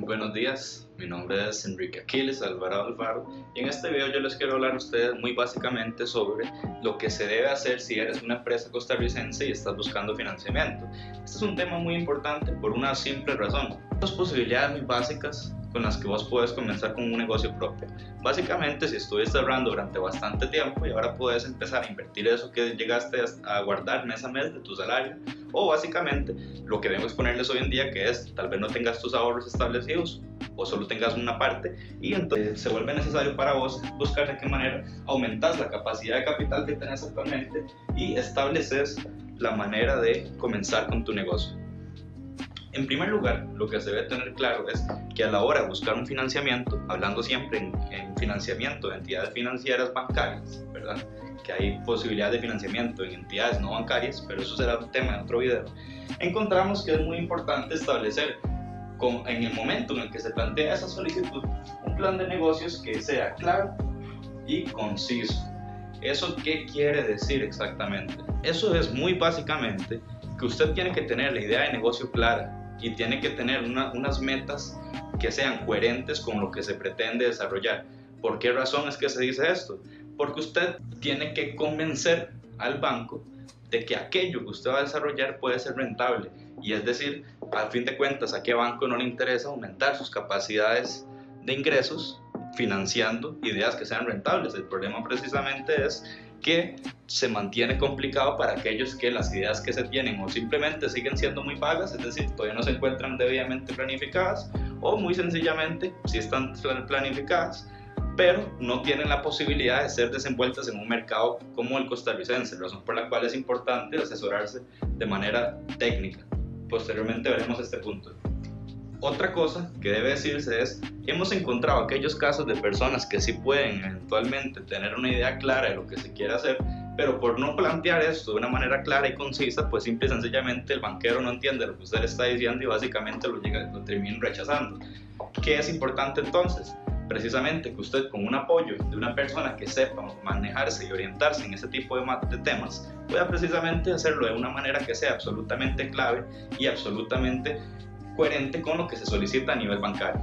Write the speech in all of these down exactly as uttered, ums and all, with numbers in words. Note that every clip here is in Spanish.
buenos días, mi nombre es Enrique Aquiles Alvarado Alfaro y en este video yo les quiero hablar a ustedes muy básicamente sobre lo que se debe hacer si eres una empresa costarricense y estás buscando financiamiento. Este es un tema muy importante por una simple razón. Dos posibilidades muy básicas con las que vos puedes comenzar con un negocio propio. Básicamente, si estuviste ahorrando durante bastante tiempo y ahora puedes empezar a invertir eso que llegaste a guardar mes a mes de tu salario, o básicamente lo que vengo a exponerles hoy en día, que es tal vez no tengas tus ahorros establecidos o solo tengas una parte y entonces se vuelve necesario para vos buscar de qué manera aumentas la capacidad de capital que tenés actualmente y estableces la manera de comenzar con tu negocio. En primer lugar, lo que se debe tener claro es que a la hora de buscar un financiamiento, hablando siempre en, en financiamiento de entidades financieras bancarias, ¿verdad? Que hay posibilidades de financiamiento en entidades no bancarias, pero eso será un tema de otro video, encontramos que es muy importante establecer con, en el momento en el que se plantea esa solicitud un plan de negocios que sea claro y conciso. ¿Eso qué quiere decir exactamente? Eso es muy básicamente que usted tiene que tener la idea de negocio clara y tiene que tener una, unas metas que sean coherentes con lo que se pretende desarrollar. ¿Por qué razón es que se dice esto? Porque usted tiene que convencer al banco de que aquello que usted va a desarrollar puede ser rentable. Y es decir, al fin de cuentas, ¿a qué banco no le interesa aumentar sus capacidades de ingresos financiando ideas que sean rentables? El problema precisamente es que se mantiene complicado para aquellos que las ideas que se tienen o simplemente siguen siendo muy vagas, es decir, todavía no se encuentran debidamente planificadas, o muy sencillamente sí están planificadas, pero no tienen la posibilidad de ser desenvueltas en un mercado como el costarricense, razón por la cual es importante asesorarse de manera técnica. Posteriormente veremos este punto. Otra cosa que debe decirse es, hemos encontrado aquellos casos de personas que sí pueden eventualmente tener una idea clara de lo que se quiere hacer, pero por no plantear esto de una manera clara y concisa, pues simple y sencillamente el banquero no entiende lo que usted le está diciendo y básicamente lo, llega, lo termina rechazando. ¿Qué es importante entonces? Precisamente que usted con un apoyo de una persona que sepa manejarse y orientarse en ese tipo de, de temas, pueda precisamente hacerlo de una manera que sea absolutamente clave y absolutamente coherente con lo que se solicita a nivel bancario.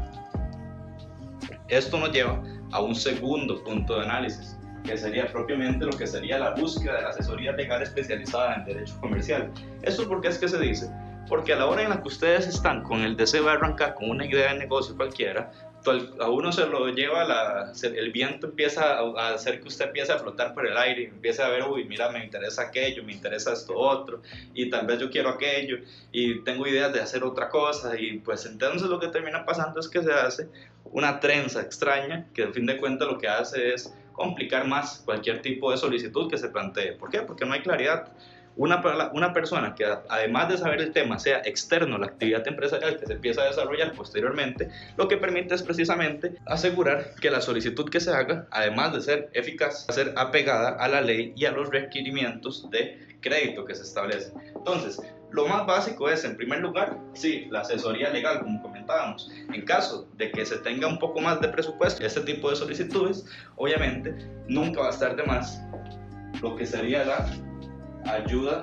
Esto nos lleva a un segundo punto de análisis, que sería propiamente lo que sería la búsqueda de la asesoría legal especializada en derecho comercial. ¿Esto por qué es que se dice? Porque a la hora en la que ustedes están con el deseo de arrancar con una idea de negocio cualquiera, a uno se lo lleva, la, el viento empieza a hacer que usted empiece a flotar por el aire y empiece a ver, uy, mira, me interesa aquello, me interesa esto otro, y tal vez yo quiero aquello, y tengo ideas de hacer otra cosa, y pues entonces lo que termina pasando es que se hace una trenza extraña, que al fin de cuentas lo que hace es complicar más cualquier tipo de solicitud que se plantee. ¿Por qué? Porque no hay claridad. Una, una persona que además de saber el tema sea externo a la actividad empresarial que se empieza a desarrollar posteriormente, lo que permite es precisamente asegurar que la solicitud que se haga, además de ser eficaz, va a ser apegada a la ley y a los requerimientos de crédito que se establecen. Entonces, lo más básico es, en primer lugar, sí, la asesoría legal, como comentábamos. En caso de que se tenga un poco más de presupuesto, este tipo de solicitudes, obviamente, nunca va a estar de más lo que sería la ayuda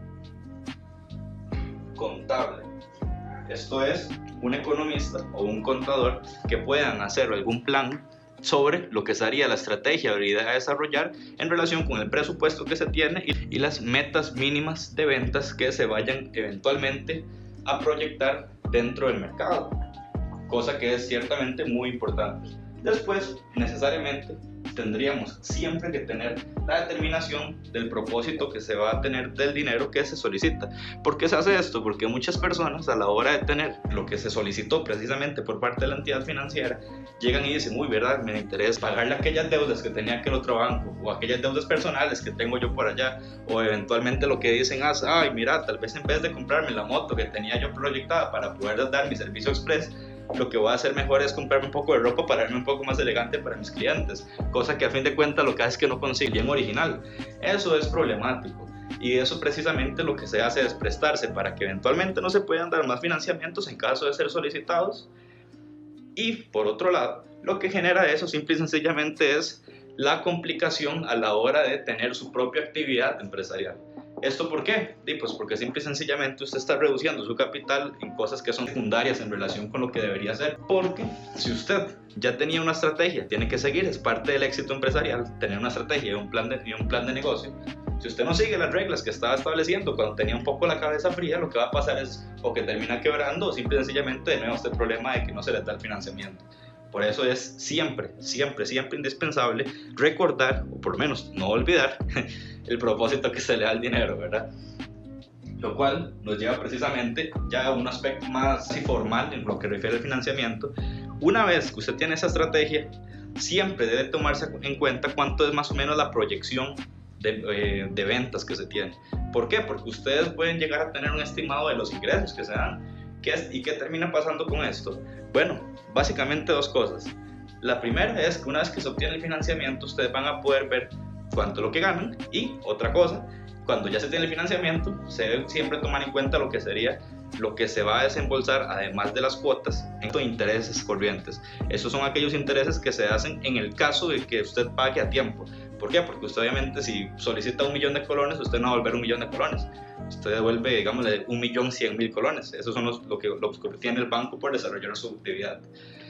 contable. Esto es un economista o un contador que puedan hacer algún plan sobre lo que sería la estrategia o idea a desarrollar en relación con el presupuesto que se tiene y, y las metas mínimas de ventas que se vayan eventualmente a proyectar dentro del mercado, cosa que es ciertamente muy importante. Después, necesariamente, tendríamos siempre que tener la determinación del propósito que se va a tener del dinero que se solicita. ¿Por qué se hace esto? Porque muchas personas a la hora de tener lo que se solicitó precisamente por parte de la entidad financiera, llegan y dicen, muy verdad, me interesa pagarle aquellas deudas que tenía aquel otro banco o aquellas deudas personales que tengo yo por allá, o eventualmente lo que dicen es, ay mira, tal vez en vez de comprarme la moto que tenía yo proyectada para poder dar mi servicio express, lo que voy a hacer mejor es comprarme un poco de ropa para verme un poco más elegante para mis clientes, cosa que a fin de cuentas lo que hace es que no consigue bien original. Eso es problemático y eso precisamente lo que se hace es prestarse para que eventualmente no se puedan dar más financiamientos en caso de ser solicitados. Y por otro lado, lo que genera eso simple y sencillamente es la complicación a la hora de tener su propia actividad empresarial. ¿Esto por qué? Y pues porque simple y sencillamente usted está reduciendo su capital en cosas que son secundarias en relación con lo que debería hacer. Porque si usted ya tenía una estrategia, tiene que seguir, es parte del éxito empresarial, tener una estrategia y un plan de, y un plan de negocio. Si usted no sigue las reglas que estaba estableciendo cuando tenía un poco la cabeza fría, lo que va a pasar es o que termina quebrando o simple y sencillamente de nuevo este problema de que no se les da el financiamiento. Por eso es siempre, siempre, siempre indispensable recordar, o por lo menos no olvidar, el propósito que se le da al dinero, ¿verdad? Lo cual nos lleva precisamente ya a un aspecto más formal en lo que refiere al financiamiento. Una vez que usted tiene esa estrategia, siempre debe tomarse en cuenta cuánto es más o menos la proyección de, eh, de ventas que se tiene. ¿Por qué? Porque ustedes pueden llegar a tener un estimado de los ingresos que se dan. ¿Qué es, ¿Y qué termina pasando con esto? Bueno, básicamente dos cosas. La primera es que una vez que se obtiene el financiamiento, ustedes van a poder ver cuánto es lo que ganan. Y otra cosa, cuando ya se tiene el financiamiento, se debe siempre tomar en cuenta lo que sería lo que se va a desembolsar, además de las cuotas, en intereses corrientes. Esos son aquellos intereses que se hacen en el caso de que usted pague a tiempo. ¿Por qué? Porque usted obviamente si solicita un millón de colones, usted no va a devolver un millón de colones. Usted devuelve, digámosle, un millón cien mil colones. Esos son los, lo, que, los que tiene el banco por desarrollar su actividad.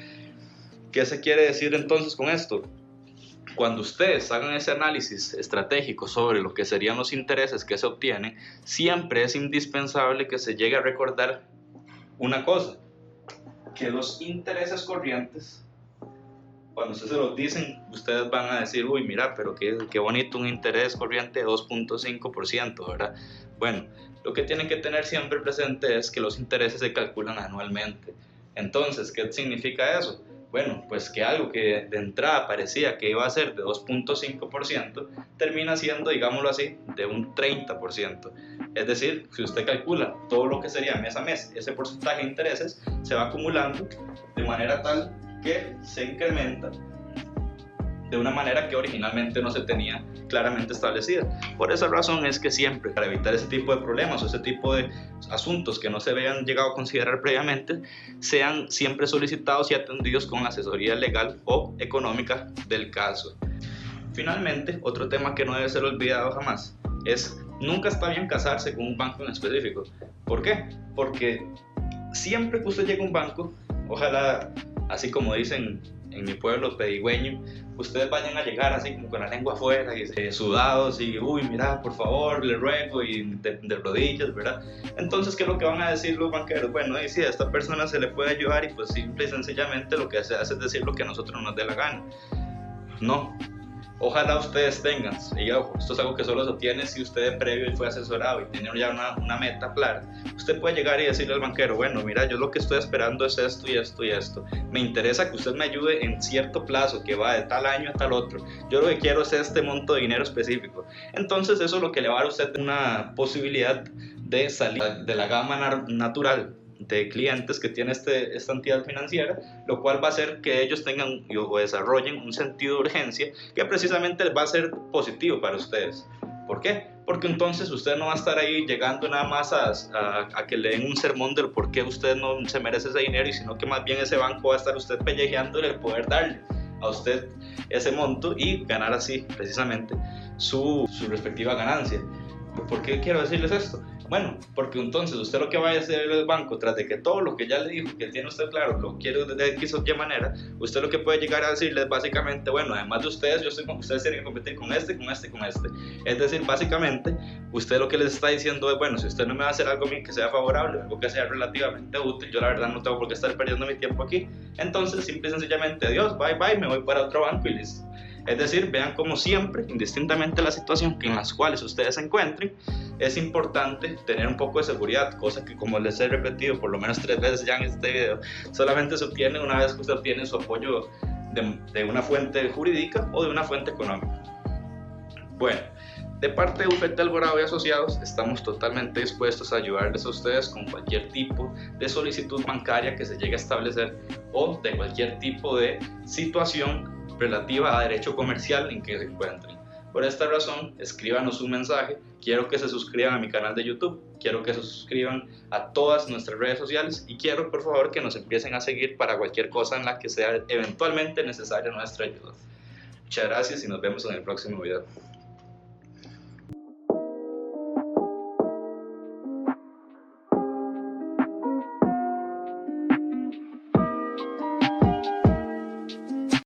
¿Qué se quiere decir entonces con esto? Cuando ustedes hagan ese análisis estratégico sobre lo que serían los intereses que se obtienen, siempre es indispensable que se llegue a recordar una cosa, que los intereses corrientes, cuando ustedes se los dicen, ustedes van a decir, uy, mira, pero qué, qué bonito un interés corriente de dos punto cinco por ciento, ¿verdad? Bueno, lo que tienen que tener siempre presente es que los intereses se calculan anualmente. Entonces, ¿qué significa eso? Bueno, pues que algo que de entrada parecía que iba a ser de dos punto cinco por ciento, termina siendo, digámoslo así, de un treinta por ciento. Es decir, si usted calcula todo lo que sería mes a mes, ese porcentaje de intereses se va acumulando de manera tal que se incrementa de una manera que originalmente no se tenía claramente establecida. Por esa razón es que siempre, para evitar ese tipo de problemas o ese tipo de asuntos que no se habían llegado a considerar previamente, sean siempre solicitados y atendidos con asesoría legal o económica del caso. Finalmente, otro tema que no debe ser olvidado jamás es, nunca está bien casarse con un banco en específico. ¿Por qué? Porque siempre que usted llegue a un banco, ojalá, así como dicen en mi pueblo pedigüeño, ustedes vayan a llegar así como con la lengua afuera y eh, sudados y uy, mira, por favor, le ruego y de, de rodillas, ¿verdad? Entonces, ¿qué es lo que van a decir los banqueros? Bueno, y si a esta persona se le puede ayudar y pues simple y sencillamente lo que se hace es decir lo que a nosotros nos dé la gana. No. Ojalá ustedes tengan, y ojo, esto es algo que solo se obtiene si usted previo y fue asesorado y tiene ya una, una meta clara. Usted puede llegar y decirle al banquero, bueno, mira, yo lo que estoy esperando es esto y esto y esto. Me interesa que usted me ayude en cierto plazo que va de tal año a tal otro. Yo lo que quiero es este monto de dinero específico. Entonces eso es lo que le va a dar a usted una posibilidad de salir de la gama natural de clientes que tiene este, esta entidad financiera, lo cual va a hacer que ellos tengan o desarrollen un sentido de urgencia que precisamente va a ser positivo para ustedes. ¿Por qué? Porque entonces usted no va a estar ahí llegando nada más a, a, a que le den un sermón del por qué usted no se merece ese dinero, y sino que más bien ese banco va a estar usted pellejeándole el poder darle a usted ese monto y ganar así precisamente su, su respectiva ganancia. ¿Por qué quiero decirles esto? Bueno, porque entonces usted lo que va a hacer el banco, tras de que todo lo que ya le dijo, que tiene usted claro, lo quiere de X o Y manera, usted lo que puede llegar a decirles básicamente, bueno, además de ustedes, yo estoy con, ustedes tienen que competir con este, con este, con este. Es decir, básicamente, usted lo que les está diciendo es, bueno, si usted no me va a hacer algo a mí que sea favorable, algo que sea relativamente útil, yo la verdad no tengo por qué estar perdiendo mi tiempo aquí. Entonces, simple y sencillamente, adiós, bye bye, me voy para otro banco y listo. Es decir, vean como siempre, indistintamente la situación en las cuales ustedes se encuentren, es importante tener un poco de seguridad, cosa que, como les he repetido por lo menos tres veces ya en este video, solamente se obtiene una vez que usted obtiene su apoyo de, de una fuente jurídica o de una fuente económica. Bueno, de parte de Bufete Alborado y Asociados, estamos totalmente dispuestos a ayudarles a ustedes con cualquier tipo de solicitud bancaria que se llegue a establecer o de cualquier tipo de situación relativa a derecho comercial en que se encuentren. Por esta razón, escríbanos un mensaje. Quiero que se suscriban a mi canal de YouTube, quiero que se suscriban a todas nuestras redes sociales y quiero, por favor, que nos empiecen a seguir para cualquier cosa en la que sea eventualmente necesaria nuestra ayuda. Muchas gracias y nos vemos en el próximo video.